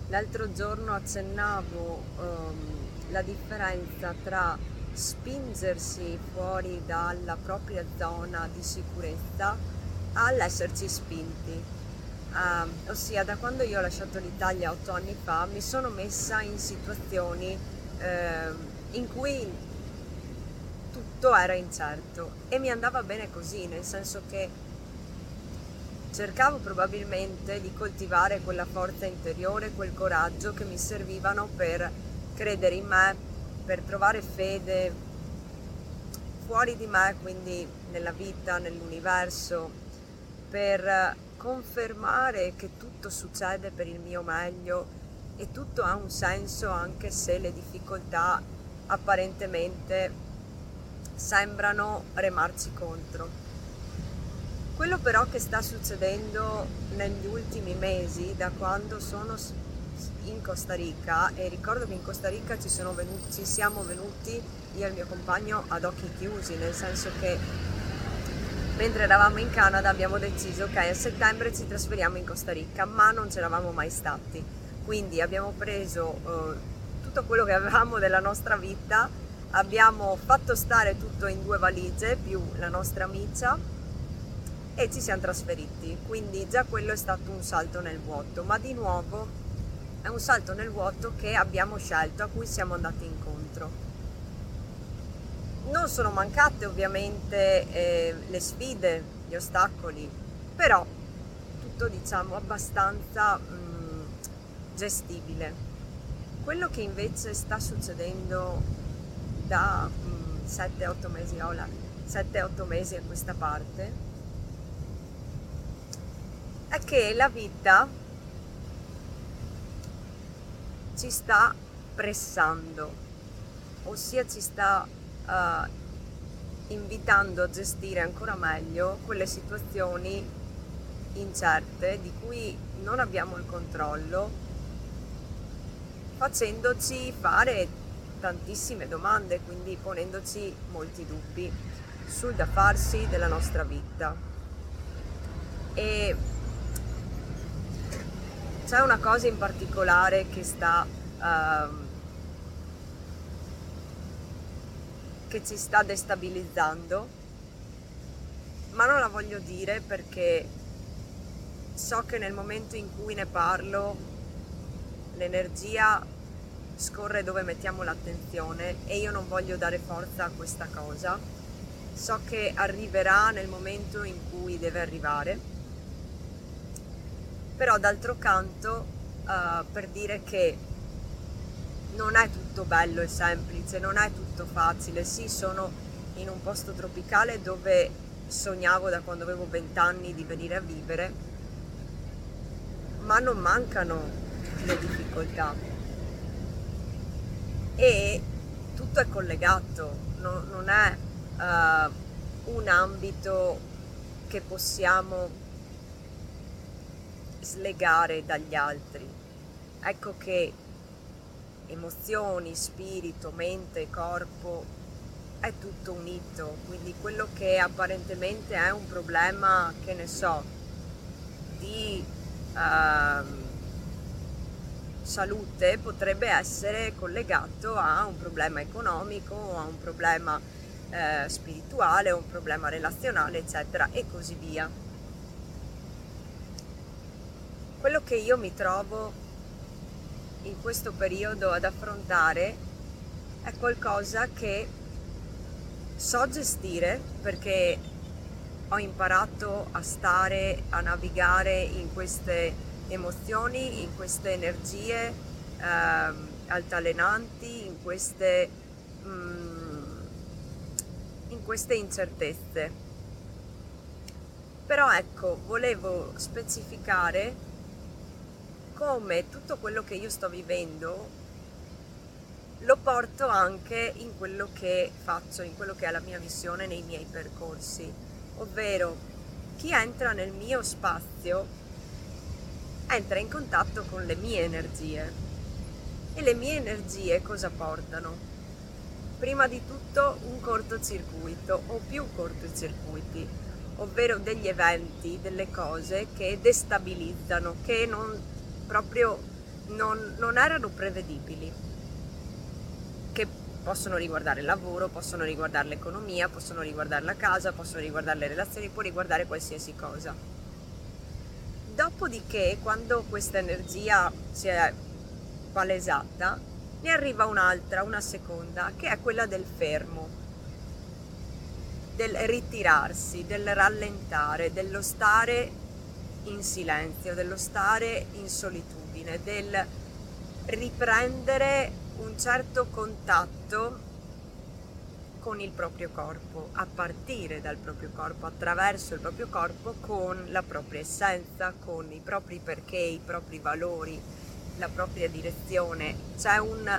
L'altro giorno accennavo la differenza tra spingersi fuori dalla propria zona di sicurezza all'esserci spinti. Ossia, da quando io ho lasciato l'Italia 8 anni fa, mi sono messa in situazioni in cui tutto era incerto e mi andava bene così, nel senso che cercavo probabilmente di coltivare quella forza interiore, quel coraggio che mi servivano per credere in me, per trovare fede fuori di me, quindi nella vita, nell'universo, per confermare che tutto succede per il mio meglio e tutto ha un senso anche se le difficoltà apparentemente sembrano remarci contro. Quello però che sta succedendo negli ultimi mesi, da quando sono in Costa Rica, e ricordo che in Costa Rica ci siamo venuti io e il mio compagno ad occhi chiusi, nel senso che mentre eravamo in Canada abbiamo deciso che a settembre ci trasferiamo in Costa Rica, ma non c'eravamo mai stati. Quindi abbiamo preso tutto quello che avevamo della nostra vita, abbiamo fatto stare tutto in 2 valigie più la nostra amica e ci siamo trasferiti, quindi già quello è stato un salto nel vuoto, ma di nuovo è un salto nel vuoto che abbiamo scelto, a cui siamo andati incontro. Non sono mancate ovviamente le sfide, gli ostacoli, però tutto diciamo abbastanza gestibile. Quello che invece sta succedendo da 7-8 mesi, 7-8 mesi a questa parte è che la vita ci sta pressando, ossia ci sta invitando a gestire ancora meglio quelle situazioni incerte di cui non abbiamo il controllo, facendoci fare tantissime domande, quindi ponendoci molti dubbi sul da farsi della nostra vita. E c'è una cosa in particolare che ci sta destabilizzando, ma non la voglio dire perché so che nel momento in cui ne parlo l'energia scorre dove mettiamo l'attenzione e io non voglio dare forza a questa cosa. So che arriverà nel momento in cui deve arrivare, però d'altro canto per dire che non è tutto bello e semplice, non è tutto facile. Sì, sono in un posto tropicale dove sognavo da quando avevo 20 anni di venire a vivere, ma non mancano le difficoltà e tutto è collegato, non è un ambito che possiamo slegare dagli altri. Ecco che emozioni, spirito, mente, corpo è tutto unito, quindi quello che apparentemente è un problema, che ne so, di salute potrebbe essere collegato a un problema economico, a un problema spirituale, a un problema relazionale, eccetera, e così via. Quello che io mi trovo in questo periodo ad affrontare è qualcosa che so gestire perché ho imparato a stare, a navigare in queste emozioni, in queste energie altalenanti, in queste incertezze. Però ecco, volevo specificare come tutto quello che io sto vivendo lo porto anche in quello che faccio, in quello che è la mia missione nei miei percorsi, ovvero chi entra nel mio spazio entra in contatto con le mie energie. E le mie energie cosa portano? Prima di tutto un cortocircuito o più cortocircuiti, ovvero degli eventi, delle cose che destabilizzano, che non proprio non erano prevedibili, che possono riguardare il lavoro, possono riguardare l'economia, possono riguardare la casa, possono riguardare le relazioni, può riguardare qualsiasi cosa. Dopodiché, quando questa energia si è palesata, ne arriva un'altra, una seconda, che è quella del fermo, del ritirarsi, del rallentare, dello stare in silenzio, dello stare in solitudine, del riprendere un certo contatto con il proprio corpo, a partire dal proprio corpo, attraverso il proprio corpo, con la propria essenza, con i propri perché, i propri valori, la propria direzione. C'è un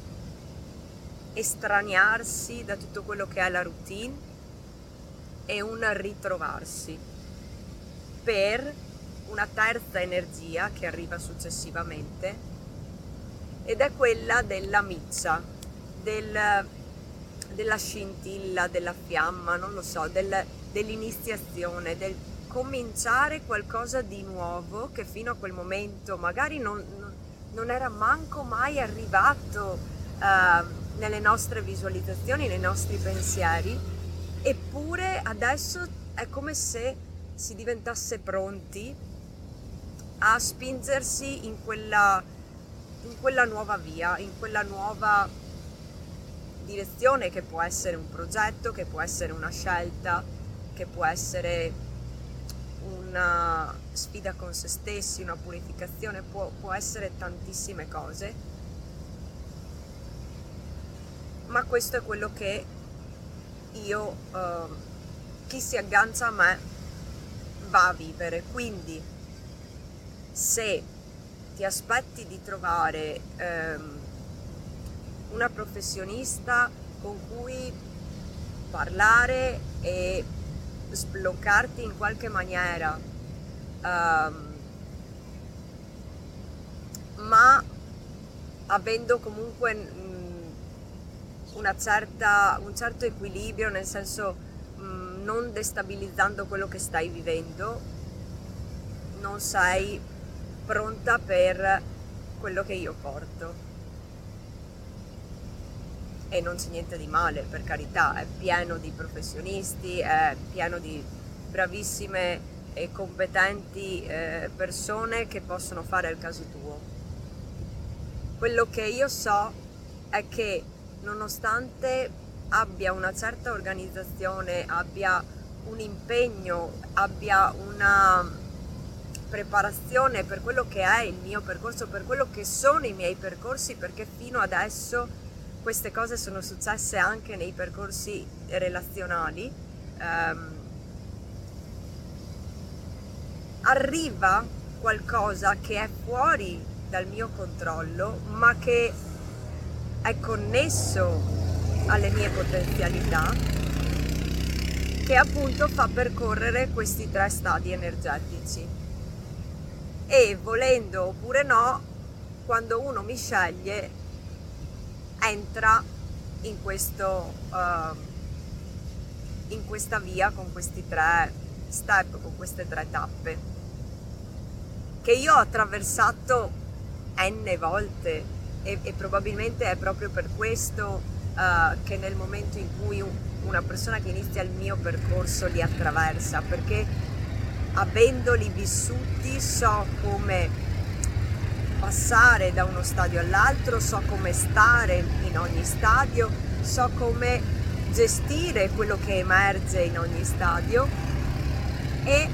estraniarsi da tutto quello che è la routine e un ritrovarsi per una terza energia che arriva successivamente, ed è quella della miccia, della scintilla, della fiamma, non lo so, dell'iniziazione, del cominciare qualcosa di nuovo che fino a quel momento magari non era manco mai arrivato nelle nostre visualizzazioni, nei nostri pensieri, eppure adesso è come se si diventasse pronti a spingersi in quella nuova via, in quella nuova direzione, che può essere un progetto, che può essere una scelta, che può essere una sfida con se stessi, una purificazione, può essere tantissime cose, ma questo è quello che io, chi si aggancia a me va a vivere. Quindi se ti aspetti di trovare una professionista con cui parlare e sbloccarti in qualche maniera, ma avendo comunque un certo equilibrio, nel senso non destabilizzando quello che stai vivendo, non sei pronta per quello che io porto. E non c'è niente di male, per carità, è pieno di professionisti, è pieno di bravissime e competenti persone che possono fare il caso tuo. Quello che io so è che nonostante abbia una certa organizzazione, abbia un impegno, abbia una preparazione per quello che è il mio percorso, per quello che sono i miei percorsi, perché fino adesso queste cose sono successe anche nei percorsi relazionali, arriva qualcosa che è fuori dal mio controllo, ma che è connesso alle mie potenzialità, che appunto fa percorrere questi 3 stadi energetici. E volendo oppure no, quando uno mi sceglie, entra in questa via con questi 3 step, con queste 3 tappe, che io ho attraversato n volte, e probabilmente è proprio per questo che nel momento in cui una persona che inizia il mio percorso li attraversa, perché avendoli vissuti so come passare da uno stadio all'altro, so come stare in ogni stadio, so come gestire quello che emerge in ogni stadio, e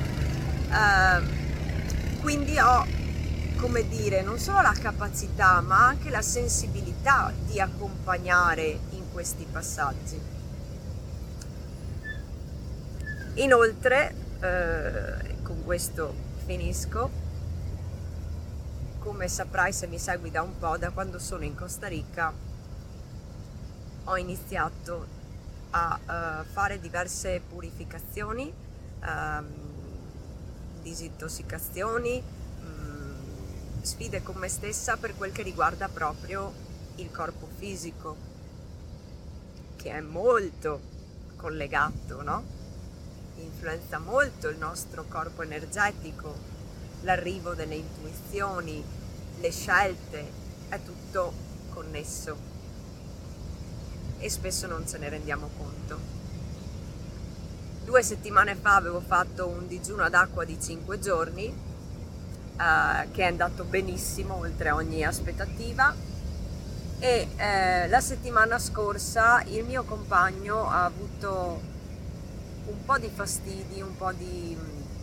quindi ho, come dire, non solo la capacità ma anche la sensibilità di accompagnare in questi passaggi. Inoltre, con questo finisco, come saprai se mi segui da un po', da quando sono in Costa Rica ho iniziato a fare diverse purificazioni, disintossicazioni, sfide con me stessa per quel che riguarda proprio il corpo fisico, che è molto collegato, no? Influenza molto il nostro corpo energetico, l'arrivo delle intuizioni, le scelte, è tutto connesso e spesso non ce ne rendiamo conto. 2 settimane fa avevo fatto un digiuno ad acqua di 5 giorni che è andato benissimo oltre ogni aspettativa, e la settimana scorsa il mio compagno ha avuto un po' di fastidi, un po' di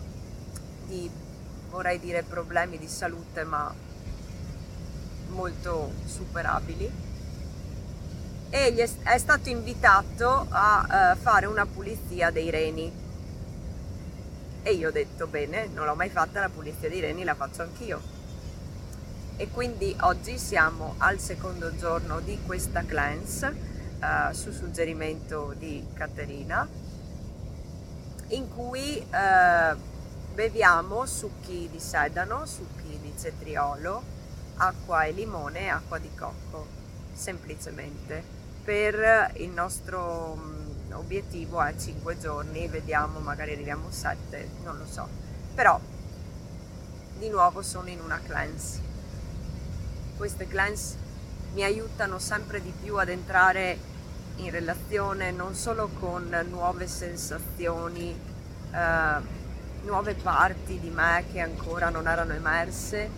vorrei dire problemi di salute, ma molto superabili, e gli è stato invitato a fare una pulizia dei reni, e io ho detto bene, non l'ho mai fatta la pulizia dei reni, la faccio anch'io. E quindi oggi siamo al secondo giorno di questa cleanse su suggerimento di Caterina, in cui beviamo succhi di sedano, succhi di cetriolo, acqua e limone e acqua di cocco, semplicemente. Per il nostro obiettivo è 5 giorni, vediamo, magari arriviamo a 7, non lo so, però di nuovo sono in una cleanse. Queste cleanse mi aiutano sempre di più ad entrare in relazione non solo con nuove sensazioni, nuove parti di me che ancora non erano emerse,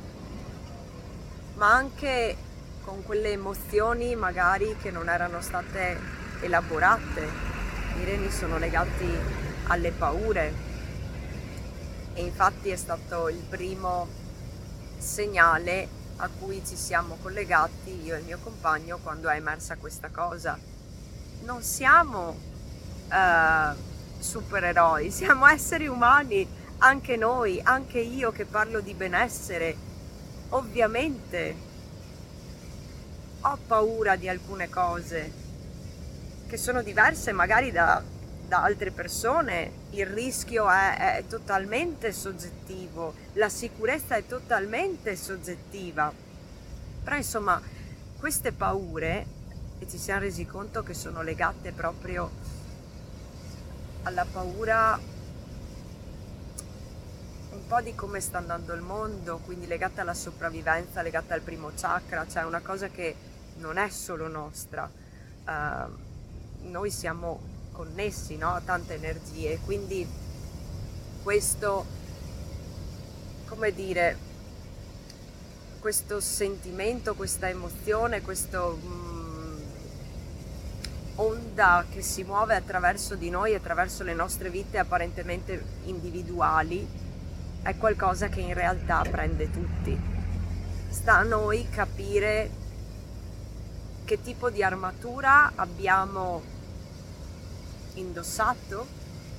ma anche con quelle emozioni magari che non erano state elaborate. I reni sono legati alle paure, e infatti è stato il primo segnale a cui ci siamo collegati io e il mio compagno quando è emersa questa cosa. Non siamo supereroi, siamo esseri umani, anche noi, anche io che parlo di benessere. Ovviamente ho paura di alcune cose che sono diverse magari da altre persone. Il rischio è totalmente soggettivo, la sicurezza è totalmente soggettiva, però insomma queste paure, e ci siamo resi conto che sono legate proprio alla paura un po' di come sta andando il mondo, quindi legata alla sopravvivenza, legata al primo chakra, cioè una cosa che non è solo nostra. Noi siamo connessi, no, a tante energie, quindi questo, come dire, questo sentimento, questa emozione, questo onda che si muove attraverso di noi, attraverso le nostre vite apparentemente individuali, è qualcosa che in realtà prende tutti. Sta a noi capire che tipo di armatura abbiamo indossato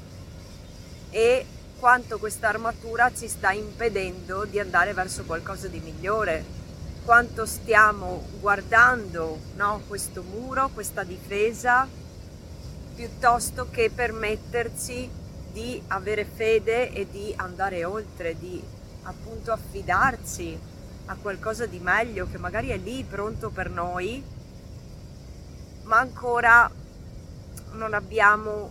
e quanto questa armatura ci sta impedendo di andare verso qualcosa di migliore, quanto stiamo guardando, no, questo muro, questa difesa, piuttosto che permetterci di avere fede e di andare oltre, di appunto affidarci a qualcosa di meglio che magari è lì pronto per noi, ma ancora non abbiamo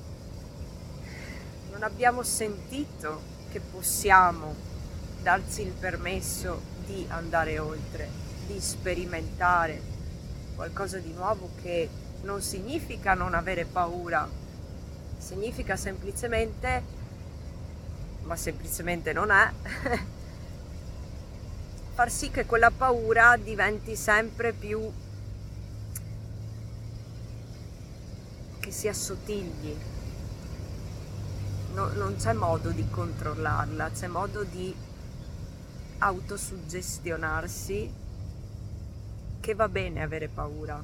sentito che possiamo darci il permesso di andare oltre, di sperimentare qualcosa di nuovo, che non significa non avere paura, significa semplicemente, ma semplicemente non è, far sì che quella paura diventi sempre più, che si assottigli. Non c'è modo di controllarla, c'è modo di autosuggestionarsi che va bene avere paura,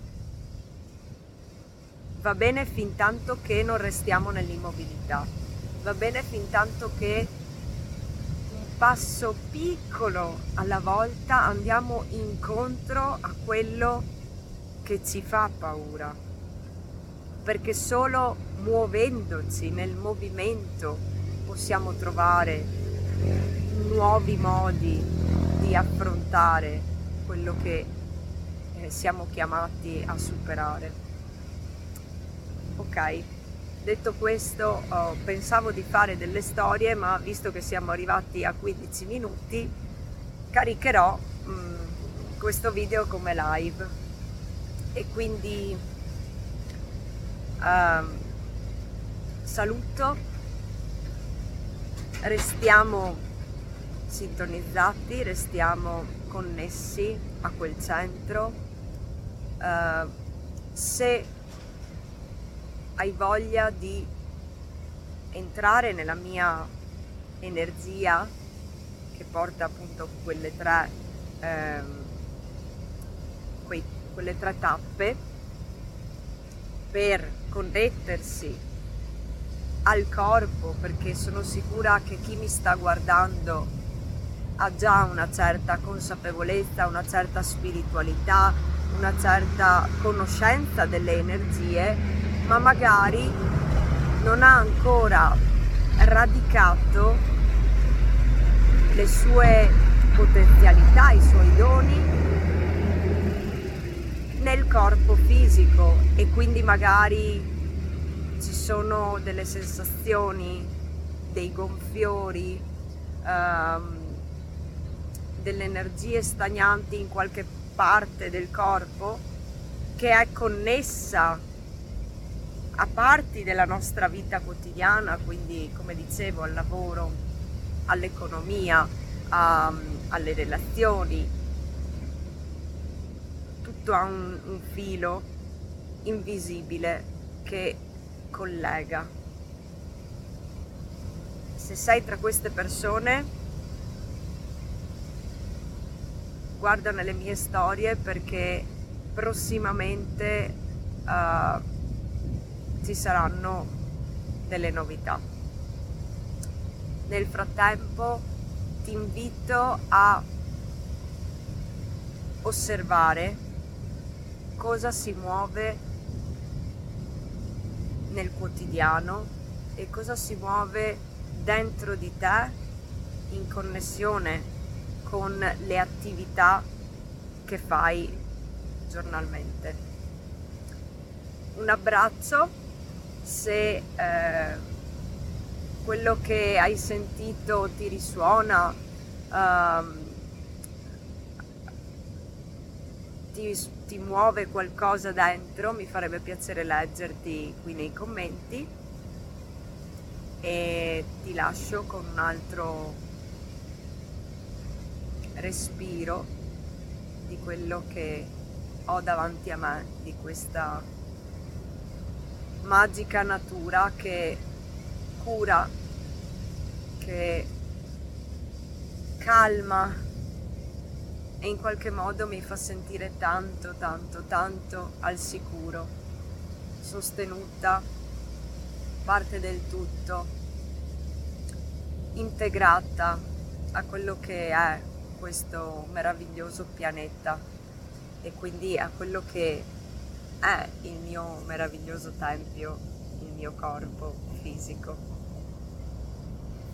va bene fin tanto che non restiamo nell'immobilità, va bene fin tanto che un passo piccolo alla volta andiamo incontro a quello che ci fa paura, perché solo muovendoci nel movimento possiamo trovare nuovi modi di affrontare quello che siamo chiamati a superare. Ok, detto questo, pensavo di fare delle storie, ma visto che siamo arrivati a 15 minuti, caricherò questo video come live, e quindi saluto, restiamo sintonizzati, restiamo connessi a quel centro. Se hai voglia di entrare nella mia energia, che porta appunto quelle tre tappe, per connettersi al corpo, perché sono sicura che chi mi sta guardando ha già una certa consapevolezza, una certa spiritualità, una certa conoscenza delle energie, ma magari non ha ancora radicato le sue potenzialità, i suoi doni nel corpo fisico, e quindi magari ci sono delle sensazioni, dei gonfiori, delle energie stagnanti in qualche parte del corpo che è connessa a parti della nostra vita quotidiana, quindi come dicevo, al lavoro, all'economia, alle relazioni. Tutto ha un filo invisibile che collega. Se sei tra queste persone, guarda nelle mie storie, perché prossimamente ci saranno delle novità. Nel frattempo ti invito a osservare cosa si muove nel quotidiano e cosa si muove dentro di te in connessione con le attività che fai giornalmente. Un abbraccio. Se quello che hai sentito ti risuona, ti muove qualcosa dentro, mi farebbe piacere leggerti qui nei commenti, e ti lascio con un altro respiro di quello che ho davanti a me, di questa magica natura che cura, che calma e in qualche modo mi fa sentire tanto tanto tanto al sicuro, sostenuta, parte del tutto, integrata a quello che è questo meraviglioso pianeta, e quindi a quello che è il mio meraviglioso tempio, il mio corpo fisico.